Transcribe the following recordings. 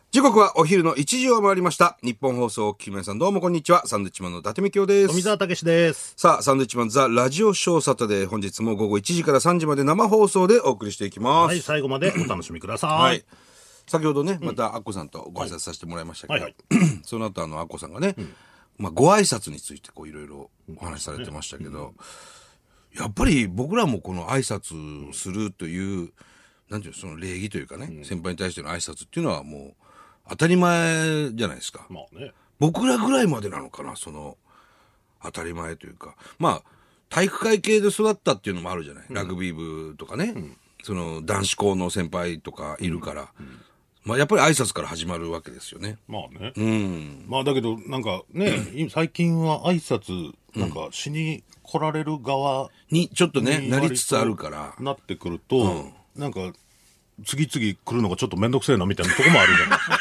時刻はお昼の1時を回りました。日本放送、木村さんどうもこんにちは。サンドウィッチマンの伊達美京です。 富澤たけしです。 さあ、サンドウィッチマンザラジオショーサタデー、本日も午後1時から3時まで生放送でお送りしていきます。 はい、最後までお楽しみください。 はい。先ほどね、またアッコさんとご挨拶させてもらいましたけど、 はいその後アッコさんがね、ご挨拶についてこういろいろお話しされてましたけど、やっぱり僕らもこの挨拶するという、なんていうの、その礼儀というかね、先輩に対しての挨拶っていうのはもう当たり前じゃないですか。 まあね。 僕らぐらいまでなのかな、その当たり前というか、まあ体育会系で育ったっていうのもあるじゃない、ラグビー部とかね、その男子校の先輩とかいるから、まあやっぱり挨拶から始まるわけですよね。 まあね。まあだけどなんかね、最近は挨拶なんかしに来られる側にちょっとねなりつつあるからなってくると、なんか次々来るのがちょっとめんどくせえなみたいなとこもあるじゃないですか。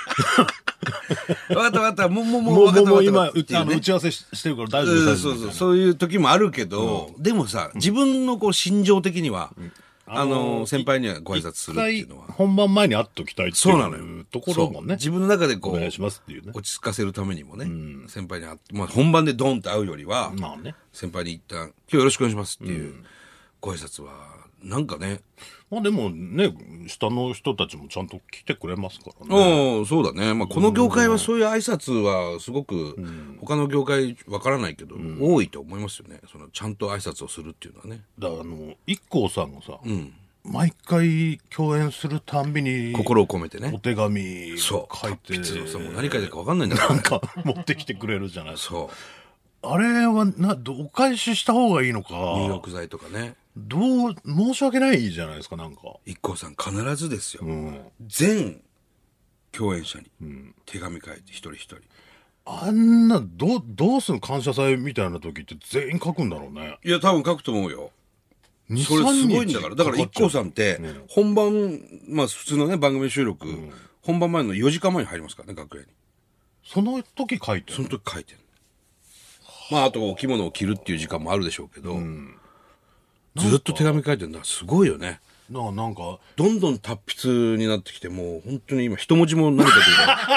わかったわかった、もう今打ち合わせしてるから大丈夫です。 そういう時もあるけど、でもさ、自分のこう心情的には、先輩にはご挨拶するっていうのは本番前に会っときたいっていうところもね、 自分の中でこうお願いしますっていうね、 落ち着かせるためにもね、先輩に会って、まあ本番でドンって会うよりは、 まあね、 先輩に一旦今日よろしくお願いしますっていうご挨拶はなんかね、 まあでもね、下の人たちもちゃんと来てくれますからね。 そうだね。まあこの業界はそういう挨拶はすごく、他の業界わからないけど、多いと思いますよね。そのちゃんと挨拶をするっていうのはね。 だからIKKOさんがさ、毎回共演するたんびに心を込めてね、 お手紙書いて、 もう何書いてるかわかんないんだから、 なんか持ってきてくれるじゃないですか。 そう。 あれはお返しした方がいいのか、 入浴剤とかね、 申し訳ないじゃないですか。なんか IKKOさん必ずですよ、全共演者に手紙書いて一人一人、 あんなどうする感謝祭みたいな時って全員書くんだろうね。 いや多分書くと思うよ。それすごいんだから。だからIKKOさんって本番、まあ普通のね番組収録、本番前の4時間前に入りますからね、楽屋に。 その時書いてる。 その時書いてる。まああとお着物を着るっていう時間もあるでしょうけど、ずっと手紙書いてるんだ。すごいよね。 なんかどんどん達筆になってきて、もう本当に今一文字も何かという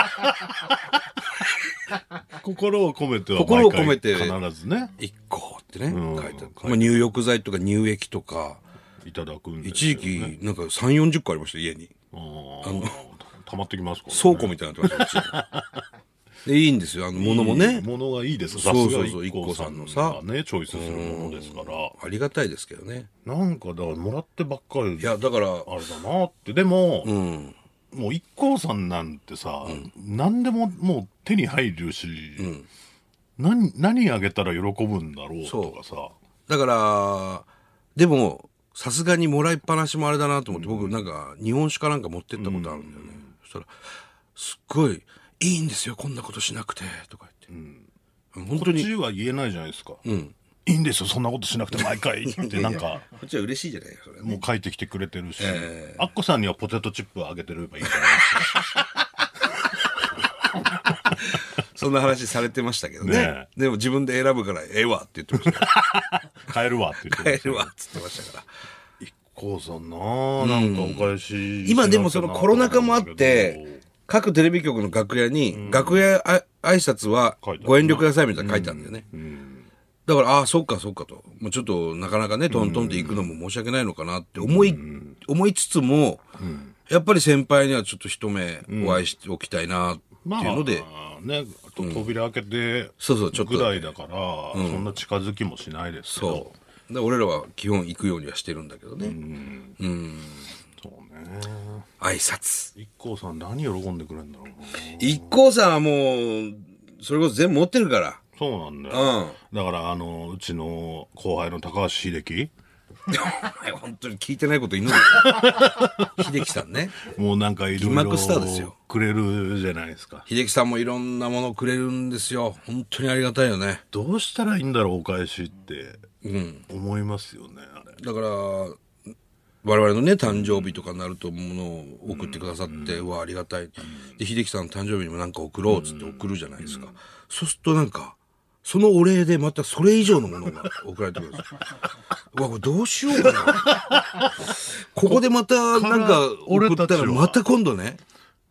か心を込めては心を込めて必ずね、 IKKOってね、書いてある。まあ入浴剤とか乳液とかいただくんで、 一時期なんか3、40個ありました、家に。 溜まってきますからね。 倉庫みたいになってますよ。でいいんですよ、物もね。 物がいいです。 そうIKKOさんのさね、チョイスするものですから、 ありがたいですけどね。 なんかだからもらってばっかり、 いやだからあれだなって。でも、もうIKKOさんなんてさ、何でももう手に入るし、何あげたら喜ぶんだろうとかさ。 だからでもさすがにもらいっぱなしもあれだなと思って、僕なんか日本酒かなんか持ってったことあるんだよね。そしたらすっごいいいんですよ、こんなことしなくてとか言って、本当にこっちは言えないじゃないですか。いいんですよ、そんなことしなくて毎回ってなんかこっちは嬉しいじゃないか、それね。 もう書いてきてくれてるし、アッコさんにはポテトチップあげてればいいじゃないですか。 そんな話されてましたけどね。でも自分で選ぶからええわって言ってました。 買えるわって言ってました。 買えるわって言ってましたから。 IKKOさんなんかお返し、 今でもそのコロナ禍もあって各テレビ局の楽屋に、楽屋挨拶はご遠慮くださいみたいな書いてあるんだよね。だからそっかと、もうちょっとなかなかねトントンって行くのも申し訳ないのかなって思いつつも、やっぱり先輩にはちょっと一目お会いしておきたいなっていうので、 ね、扉開けてちょっとぐらいだから、そんな近づきもしないですけど。 そうで俺らは基本行くようにはしてるんだけどね。 そうね。 挨拶。 IKKOさん何喜んでくれるんだろうな。 IKKOさんはもうそれこそ全部持ってるから。 そうなんだよ。だからうちの後輩の高橋秀樹本当に聞いてないこと祈る。秀樹さんね。 もうなんかいろいろくれるじゃないですか。 秀樹さんもいろんなものくれるんですよ。本当にありがたいよね。 どうしたらいいんだろうお返しって思いますよね、あれ。 だから我々のね誕生日とかになると物を送ってくださって、うわありがたい。で秀樹さんの誕生日にもなんか送ろうっつって送るじゃないですか。そうするとなんかそのお礼でまたそれ以上のものが送られてくるんですよ。うわこれどうしようかな。ここでまたなんか送ったらまた今度ね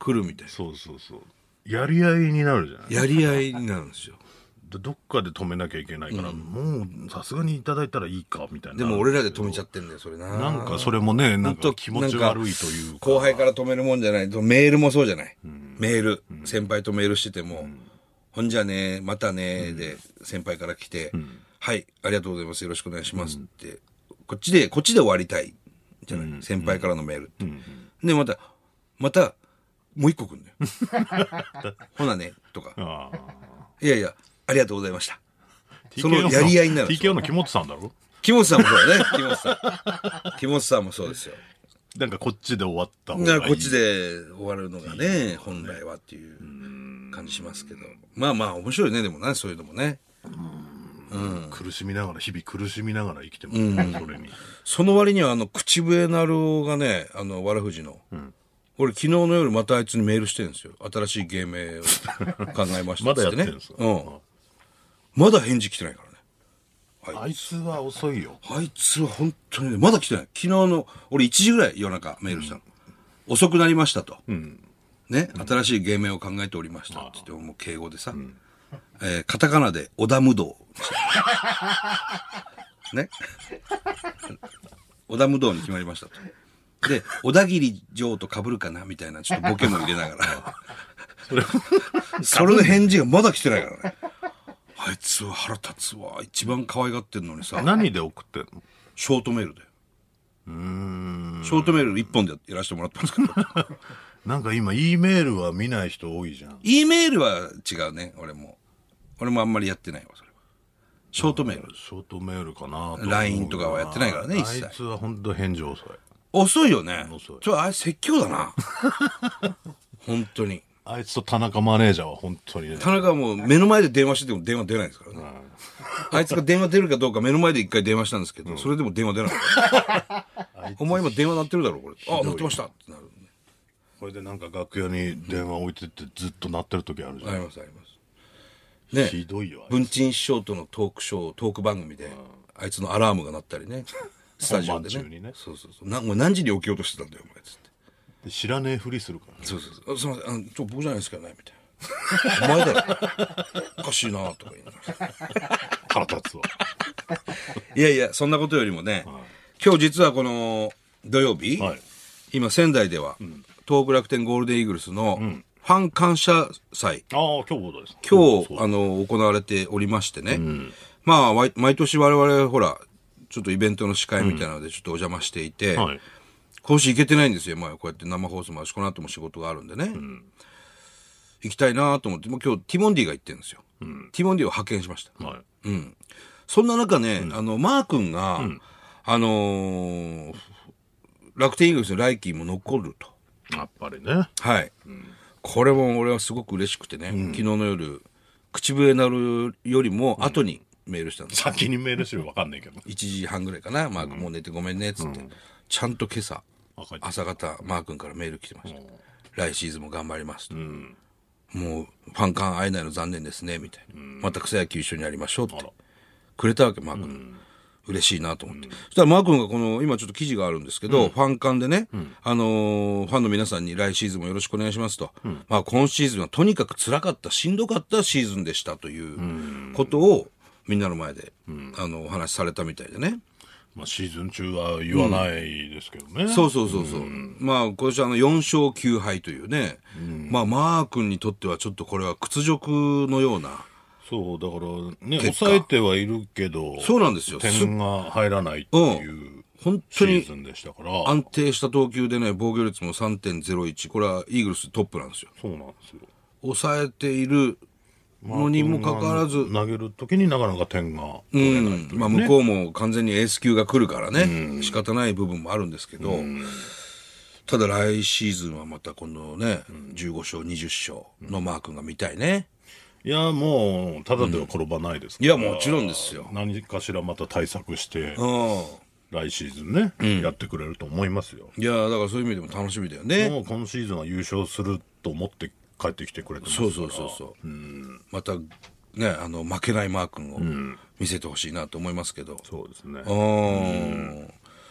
来るみたいな。 そうそうそう。やり合いになるじゃない。 やり合いになるんですよ。 どっかで止めなきゃいけないから、もうさすがにいただいたらいいかみたいな。 でも俺らで止めちゃってんだよ、それな。 なんかそれもね、なんか気持ち悪いというか。 後輩から止めるもんじゃない。メールもそうじゃない。メール、先輩とメールしてても、ほんじゃね、またね、で、先輩から来て、はい、ありがとうございます、よろしくお願いしますって、こっちで終わりたい。じゃない。先輩からのメールって。で、また、もう一個来るんだよ。ほなね、とか。いやいや、ありがとうございました。そのやり合いになる。 TKO の木本さんだろ？ 木本さんもそうだね、木本さん。木本さんもそうですよ。 なんかこっちで終わった方がいい。 こっちで終わるのがね、本来はっていう感じしますけど。まあまあ面白いね、でもね、そういうのもね。 苦しみながら、日々苦しみながら生きてますね、それに。 その割には口笛なるおがね、わらふじの。俺昨日の夜またあいつにメールしてるんですよ。新しい芸名を考えましたっつってね。 まだやってるんですか？ まだ返事来てないからね。 あいつは遅いよ。 あいつは本当にね、まだ来てない。昨日の、俺1時ぐらい夜中メールしたの。遅くなりましたと。ね、新しい芸名を考えておりましたって言って、もう敬語でさ。カタカナで織田無道。ね。織田無道に決まりましたと。で、小田切城と被るかなみたいな、ちょっとボケも入れながら。それの返事がまだ来てないからね。あいつは腹立つわ。一番可愛がってんのにさ。 何で送ってんの？ ショートメールで。ショートメール一本でやらせてもらったんですけど。 なんか今 E メールは見ない人多いじゃん。 E メールは違うね、俺もあんまりやってないわ、それは。ショートメール。 ショートメールかなと。 LINE とかはやってないからね、一切。 あいつは本当返事遅い。 遅いよね。 遅い。 あれ説教だな。本当に。 あいつと田中マネージャーは本当にね。 田中はもう目の前で電話してても電話出ないですからね。あいつが電話出るかどうか目の前で一回電話したんですけど、それでも電話出なかった。お前今電話鳴ってるだろ、これ。あ、鳴ってましたってなる、ね。 これでなんか楽屋に電話置いてってずっと鳴ってる時あるじゃん。 ありますあります。ね。 ひどいよ。 文鎮師匠とのトーク番組で、あいつのアラームが鳴ったりね。スタジオでね。そうそうそう。もう何時に起きようとしてたんだよ、お前つって。 知らねえふりするから、ね。 そうそうそう。すみません、僕じゃないですからね、みたいな。お前だろ。おかしいなとか言いながら。 腹立つわ。 いやいや、そんなことよりもね、今日実はこの土曜日、今仙台では、東北楽天ゴールデンイーグルスのファン感謝祭。 今日です。 今日、行われておりましてね。まあ、毎年我々、ほら、ちょっとイベントの司会みたいなのでちょっとお邪魔していて、今週行けてないんですよ。まあ、こうやって生放送もあるし、この後も仕事があるんでね。行きたいなと思って、もう今日ティモンディが行ってるんですよ。ティモンディを派遣しました。そんな中ね、マー君が、楽天イーグルスの来季も残ると。 やっぱりね。 はい。これも俺はすごく嬉しくてね、昨日の夜、口笛なるよりも後にメールしたんです。 先にメールしてるわかんないけど。 1時半ぐらいかな、マー君もう寝てごめんね、つって。ちゃんと今朝、朝方、マー君からメール来てました。来シーズンも頑張りますと。もう、ファン感会えないの残念ですね、みたいな。また草野球一緒にやりましょうって。くれたわけ、マー君。嬉しいなと思って。そしたらマー君が今ちょっと記事があるんですけど、ファン感でね、ファンの皆さんに来シーズンもよろしくお願いしますと。まあ今シーズンはとにかく辛かった、しんどかったシーズンでしたということをみんなの前で、お話しされたみたいでね。 まあシーズン中は言わないですけどね。 そう。まあ今年4勝9敗というね、まあマー君にとってはちょっとこれは屈辱のような、 そう、だからね、抑えてはいるけど、 そうなんですよ。 点が入らないっていう本当にシーズンでしたから。 安定した投球でね、防御率も 3.01。これはイーグルストップなんですよ。 そうなんですよ。 抑えているのにもかかわらず。 投げるときになかなか点が取れない、ね。 まあ向こうも完全にエース級が来るからね、仕方ない部分もあるんですけど、ただ来シーズンはまた今度ね、15勝、20勝のマー君が見たいね。 いや、もう、ただでは転ばないですから、 いや、もちろんですよ。 何かしらまた対策して、来シーズンね、やってくれると思いますよ。 いや、だからそういう意味でも楽しみだよね。 もう今シーズンは優勝すると思って帰ってきてくれてますから。 そう。また、ね、負けないマー君を見せてほしいなと思いますけど。 そうですね。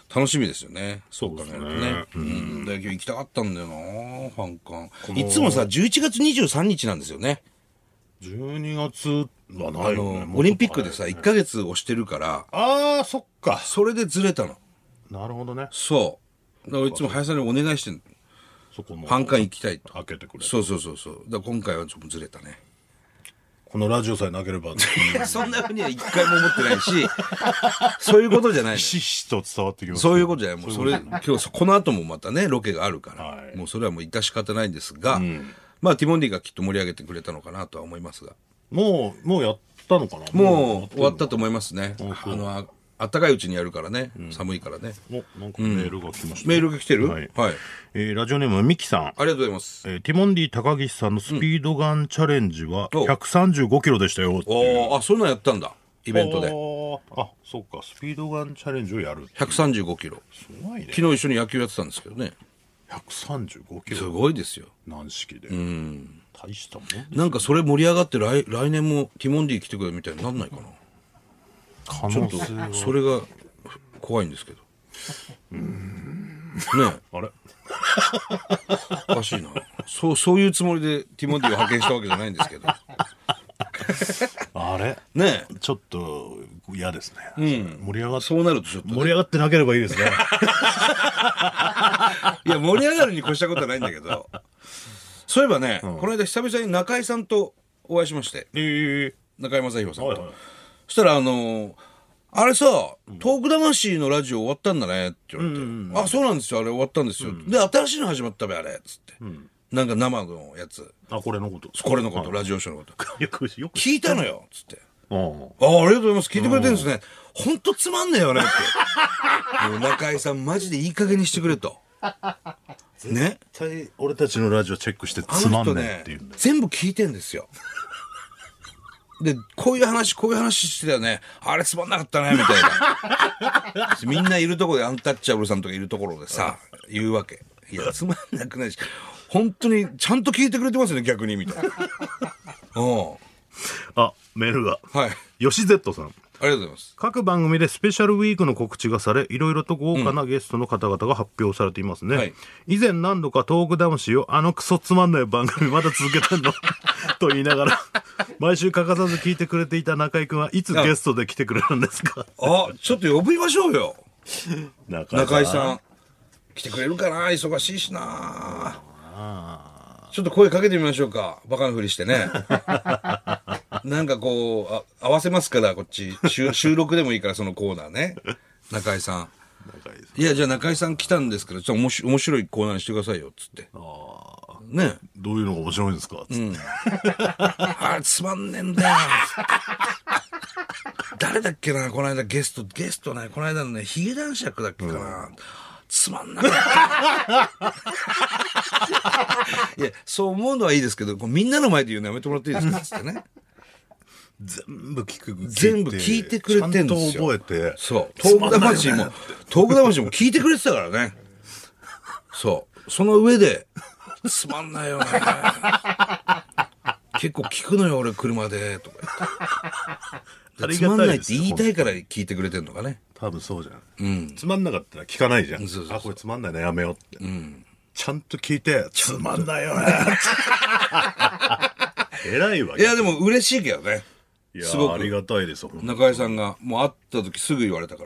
楽しみですよね。そう考えるとね。 ねで今日行きたかったんだよな、ファン館。いつもさ、11月23日なんですよね。 12月はないよね。 オリンピックでさ、1ヶ月押してるから、 ああ、そっか。 それでずれたの。 なるほどね。 そう。だからいつも林さんにお願いしてんそこの。 ファン館行きたいと。 開けてくれ。 そう。だから今回はちょっとずれたね。 このラジオさえなければ、 そんなふうには一回も思ってないし、そういうことじゃないの。 ひしひしと伝わってきます。 そういうことじゃない。もうそれ、今日、この後もまたね、ロケがあるから、 はいもうそれはもう致し方ないんですが、まあ、ティモンディがきっと盛り上げてくれたのかなとは思いますが。 もうやったのかな。 もう終わったと思いますね。 そうあったかいうちにやるからね。寒いからね。 なんかメールが来ました。 メールが来てる？ はい。 はい。 ラジオネームミキさん。 ありがとうございます。 ティモンディ高岸さんのスピードガンチャレンジは135キロでしたよっていう。 おー、あ、そんなんやったんだ。イベントで。 あ、そっか。スピードガンチャレンジをやる。 135キロ。 すごいね。 昨日一緒に野球やってたんですけどね。 135キロ。 すごいですよ。 軟式で。大したもん。 なんかそれ盛り上がって来年もティモンディ来てくれみたいになんないかな。 可ちょっと能性は。 それが怖いんですけど。ねえ、 あれおかしいな。そういうつもりでティモンディを派遣したわけじゃないんですけど。 あれねえ、 ちょっと嫌ですね。盛り上がって、 そうなるとちょっとね、 盛り上がってなければいいですね。 いや、盛り上がるに越したことはないんだけど。そういえばね、この間久々に中井さんとお会いしまして。中井正広さんと。 はいはいそしたらあれさ、トーク魂のラジオ終わったんだねって言われて、あ、そうなんですよ、あれ終わったんですよ。で、新しいの始まったべ、あれ、つって。なんか生のやつ。 あ、これのこと。 これのこと、ラジオショーのこと。 よく聞いたのよ、つって。 ああ、ありがとうございます。聞いてくれてるんですね。ほんとつまんねえよね、って。もう中井さん、マジでいい加減にしてくれと。ね。 絶対俺たちのラジオチェックしてあつまんの人ねねえっていうんだよ。 全部聞いてんですよ。で、こういう話してたよね。あれつまんなかったね、みたいな。みんないるところでアンタッチャブルさんとかいるところでさ、言うわけ。いや、つまんなくないし、本当にちゃんと聞いてくれてますね、逆に、みたいな。 あ、メールが。 はい。 吉 Z さん。 ありがとうございます。 各番組でスペシャルウィークの告知がされ、いろいろと豪華なゲストの方々が発表されていますね。 はい以前何度かトーク魂をクソつまんない番組まだ続けてんのと言いながら、毎週欠かさず聞いてくれていた中井くんはいつゲストで来てくれるんですか？ あ、ちょっと呼びましょうよ。中井さん。 ん。来てくれるかな、忙しいしな。ちょっと声かけてみましょうか。バカなふりしてね。なんかこう、合わせますから、こっち。収録でもいいから、そのコーナーね。中井さん。いや、じゃあ中井さん来たんですけど、ちょっと面白いコーナーにしてくださいよ、つって。ね。 どういうのが面白いんですか？つってあれつまんねえんだよ。誰だっけな、この間ゲストね、この間のね、ヒゲ男爵だっけかな。つまんなかった。いや、そう思うのはいいですけど、みんなの前で言うのやめてもらっていいですか、つってね。 全部全部聞いてくれてんですよ。 ちゃんと覚えて。 そう。トーク魂も聞いてくれてたからね。そう。その上で、つまんないよね。結構聞くのよ、俺、車で、とか言って。つまんないって言いたいから聞いてくれてんのかね。 多分そうじゃん。つまんなかったら聞かないじゃん。 そうあ、これつまんないな、やめようって。ちゃんと聞いて、つまんないよね。偉いわけ。 いや、でも嬉しいけどね。 いや、 すごくありがたいですよ。 中井さんが、もう会った時すぐ言われたから。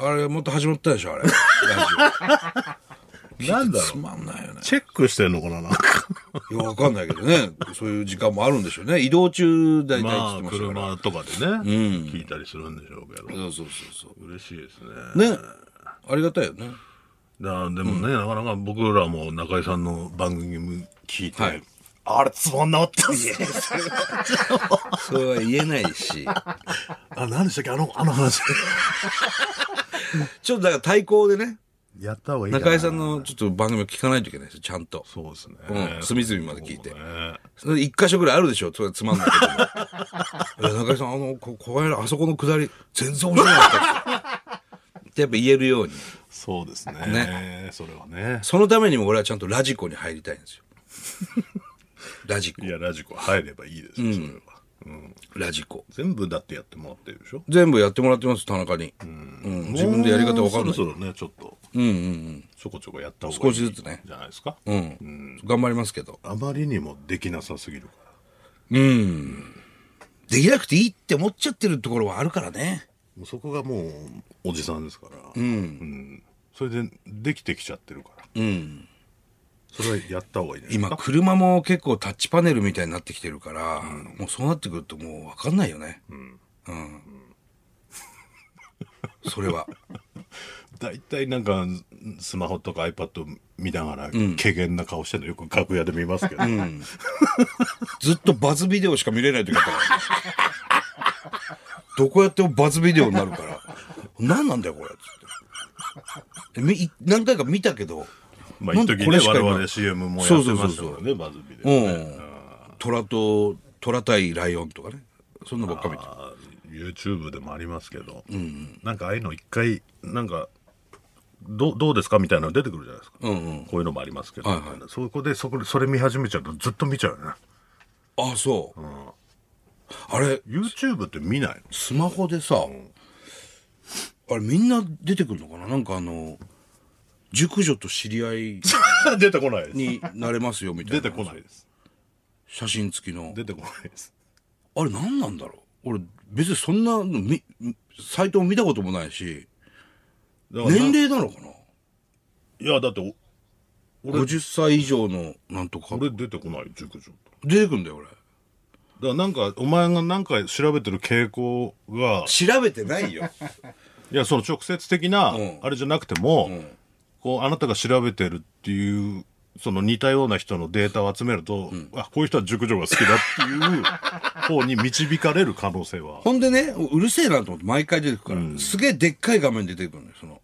あれ、もっと始まったでしょ、あれ。ラジオ。 なんだろう。 つまんないよね。 チェックしてんのかな、なんか。 いや、わかんないけどね。そういう時間もあるんでしょうね。移動中、大体まあ、 って言ってましたから。 車とかでね、聞いたりするんでしょうけど。 そう。 嬉しいですね。 ね。ありがたいよね。 でもね、なかなか僕らも中井さんの番組聞いて、 はいあれつまんなかったっす。 それは言えないし。 何でしたっけあの話。 ちょっとだから対抗でね、 やった方がいいかな。 中井さんのちょっと番組を聞かないといけないですよ、ちゃんと。 そうですね。 隅々まで聞いて。 そうねそれで一箇所ぐらいあるでしょ、それつまんないけど。いや中井さん、こあそこのくだり、全然面白かったってやっぱ言えるように。 そうですね。 ねそれはね。 そのためにも俺はちゃんとラジコに入りたいんですよ。ラジコ。 いや、ラジコ入ればいいですよ、それは。 ラジコ。 全部だってやってもらってるでしょ。 全部やってもらってます、田中に。自分でやり方わかんない。 そろそろね、ちょっと。ちょこちょこやった方がいい。 少しずつね。 じゃないですか。 頑張りますけど。 あまりにもできなさすぎるかでら。 きなくていいって思っちゃってるところはあるからね。 もうそこがもう、おじさんですから。それで、できてきちゃってるから。それはやった方がいいね。 今、車も結構タッチパネルみたいになってきてるから、もうそうなってくるともうわかんないよね。それは。 大体なんか、スマホとか iPad 見ながら、怪げな顔してるのよく楽屋で見ますけど。 ずっとバズビデオしか見れない時あったから、ね。どこやってもバズビデオになるから。何なんだよ、これ。つって。何回か見たけど。 まあ、一時ね、我々 CM もやってましたからね、バズビデオ、ね。 虎対ライオンとかね。そんなばっか見て。 YouTube でもありますけど、なんかああいうの一回、なんか、どうですかみたいなの出てくるじゃないですか。こういうのもありますけど、そこでそれ見始めちゃうとずっと見ちゃうよね。 あ、そう。あれ、 YouTube って見ないの？ スマホでさ、あれみんな出てくるのかな、なんか熟女と知り合い出てこないです。 になれますよみたいな。 出てこないです。 写真付きの。 出てこないです。 あれ何なんだろう。俺別にそんなのサイトも見たこともないし、年齢なのかな。 いやだって 50歳以上のなんとか。 俺出てこない、熟女と。 出てくんだよ俺。 だからなんかお前がなんか調べてる傾向が。 調べてないよ。 いやその直接的なあれじゃなくても、こうあなたが調べてるっていうその似たような人のデータを集めると、あ、こういう人は熟女が好きだっていう方に導かれる可能性は。 ほんでね、うるせえなと思って毎回出てくるから、すげえでっかい画面で出てくるのよ、その。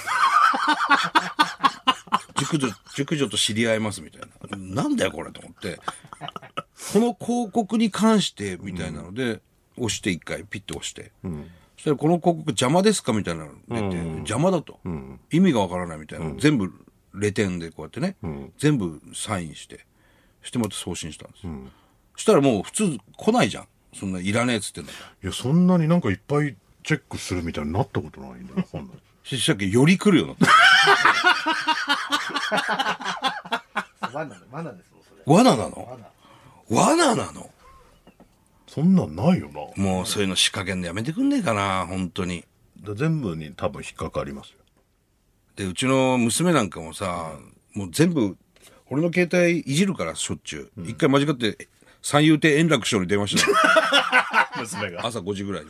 熟女と知り合いますみたいな。なんだよこれと思って。この広告に関してみたいなので、押して一回ピッと押して。そしたらこの広告邪魔ですかみたいなの出て、邪魔だと。意味がわからないみたいな。全部レ点でこうやってね、全部サインして、また送信したんです。そしたらもう普通来ないじゃん。そんないらねえっつってんだから。 いや、そんなになんかいっぱいチェックするみたいになったことないんだよ。わかんない。 したっけより来るようになった。罠ですもん、それ。罠なの？罠なの？ そんなんないよな。 もうそういうの仕掛けんのやめてくんねえかな、本当に。 全部に多分引っかかりますよ。 で、うちの娘なんかもさ、もう全部、俺の携帯いじるからしょっちゅう。一回間違って三遊亭円楽師匠に電話したの。娘が。 朝5時ぐらいに。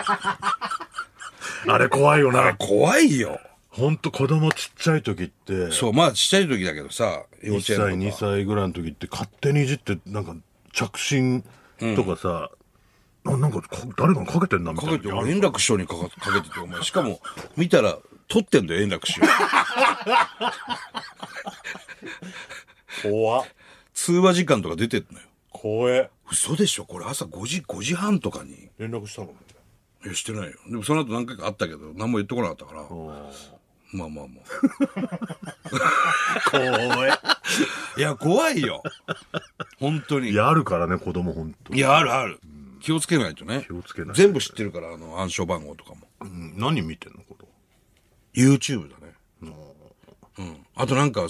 あれ怖いよな。あれ怖いよ。 ほんと子供ちっちゃい時って。 そう、まあちっちゃい時だけどさ、 幼稚園とか。1歳、2歳ぐらいの時って勝手にいじって、なんか着信とかさ、なんか誰かかけてんなみたいな。 かけて、円楽師匠にかけてて、お前。しかも、見たら、撮ってんだよ、円楽師匠。 怖っ。 通話時間とか出てんのよ。 怖え。 嘘でしょこれ朝5時半とかに。 連絡したの？ いや、してないよ。でもその後何回かあったけど、何も言ってこなかったから。まあ。 怖え。 いや、怖いよ。本当に。 いや、あるからね、子供本当に。 いや、ある。気をつけないとね。 気をつけない。 全部知ってるから、暗証番号とかも。 何見てんの子供？ YouTube だね。あとなんか、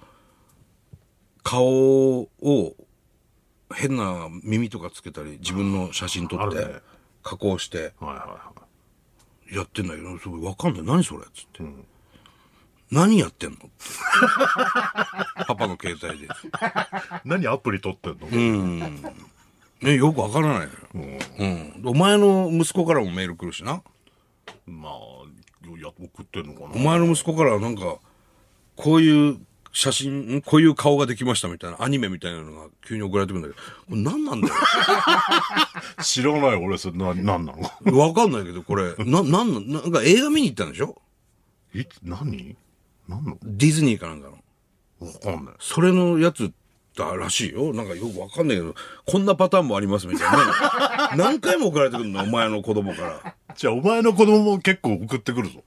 顔を、変な耳とかつけたり、自分の写真撮って、加工して、やってんだけど、すごいわかんない。何それっつって。何やってんのって。パパの携帯で。 何アプリ撮ってんの？ ね、よくわからないのよ。お前の息子からもメール来るしな。 まあ、送ってんのかな。 お前の息子からはなんか、こういう写真、こういう顔ができましたみたいな、アニメみたいなのが急に送られてくるんだけど、これ何なんだよ。 知らない俺、それ何なの？ わかんないけど、これ、なんか映画見に行ったんでしょ？ 何の？ ディズニーかなんかの。 わかんない。 それのやつだらしいよ。なんかよくわかんないけど、こんなパターンもありますみたいな。何回も送られてくるの、お前の子供から。 じゃあ、お前の子供も結構送ってくるぞ。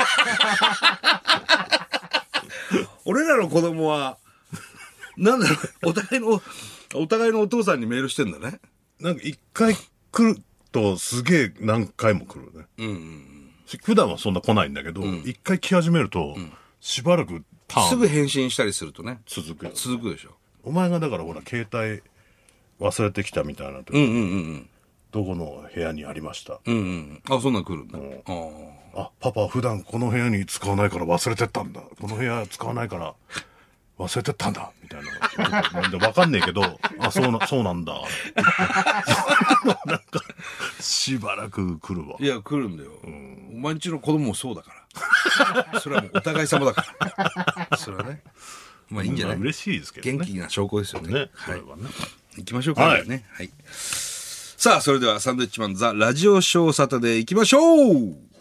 俺らの子供は、なんだろう、お互いのお父さんにメールしてんだね。 なんか一回来るとすげえ何回も来るね。普段はそんな来ないんだけど、一回来始めると、しばらくターンすぐ返信したりするとね。 続くよ。 続くでしょ。 お前がだからほら、携帯忘れてきたみたいな時、どこの部屋にありました。 あ、そんなん来るんだ。 あ、パパ普段この部屋に使わないから忘れてったんだ。この部屋使わないから忘れてったんだ。みたいな。なんでわかんねえけど、あ、そうなんだ。なんか、しばらく来るわ。 いや、来るんだよ。お前んちの子供もそうだから。それはもうお互い様だから。それはね。まあいいんじゃない？ 嬉しいですけどね。 元気な証拠ですよね。 ね。 はい。 それはね。 行きましょうかね。はい。さあ、それではサンドウィッチマンザラジオショーサタデー行きましょう。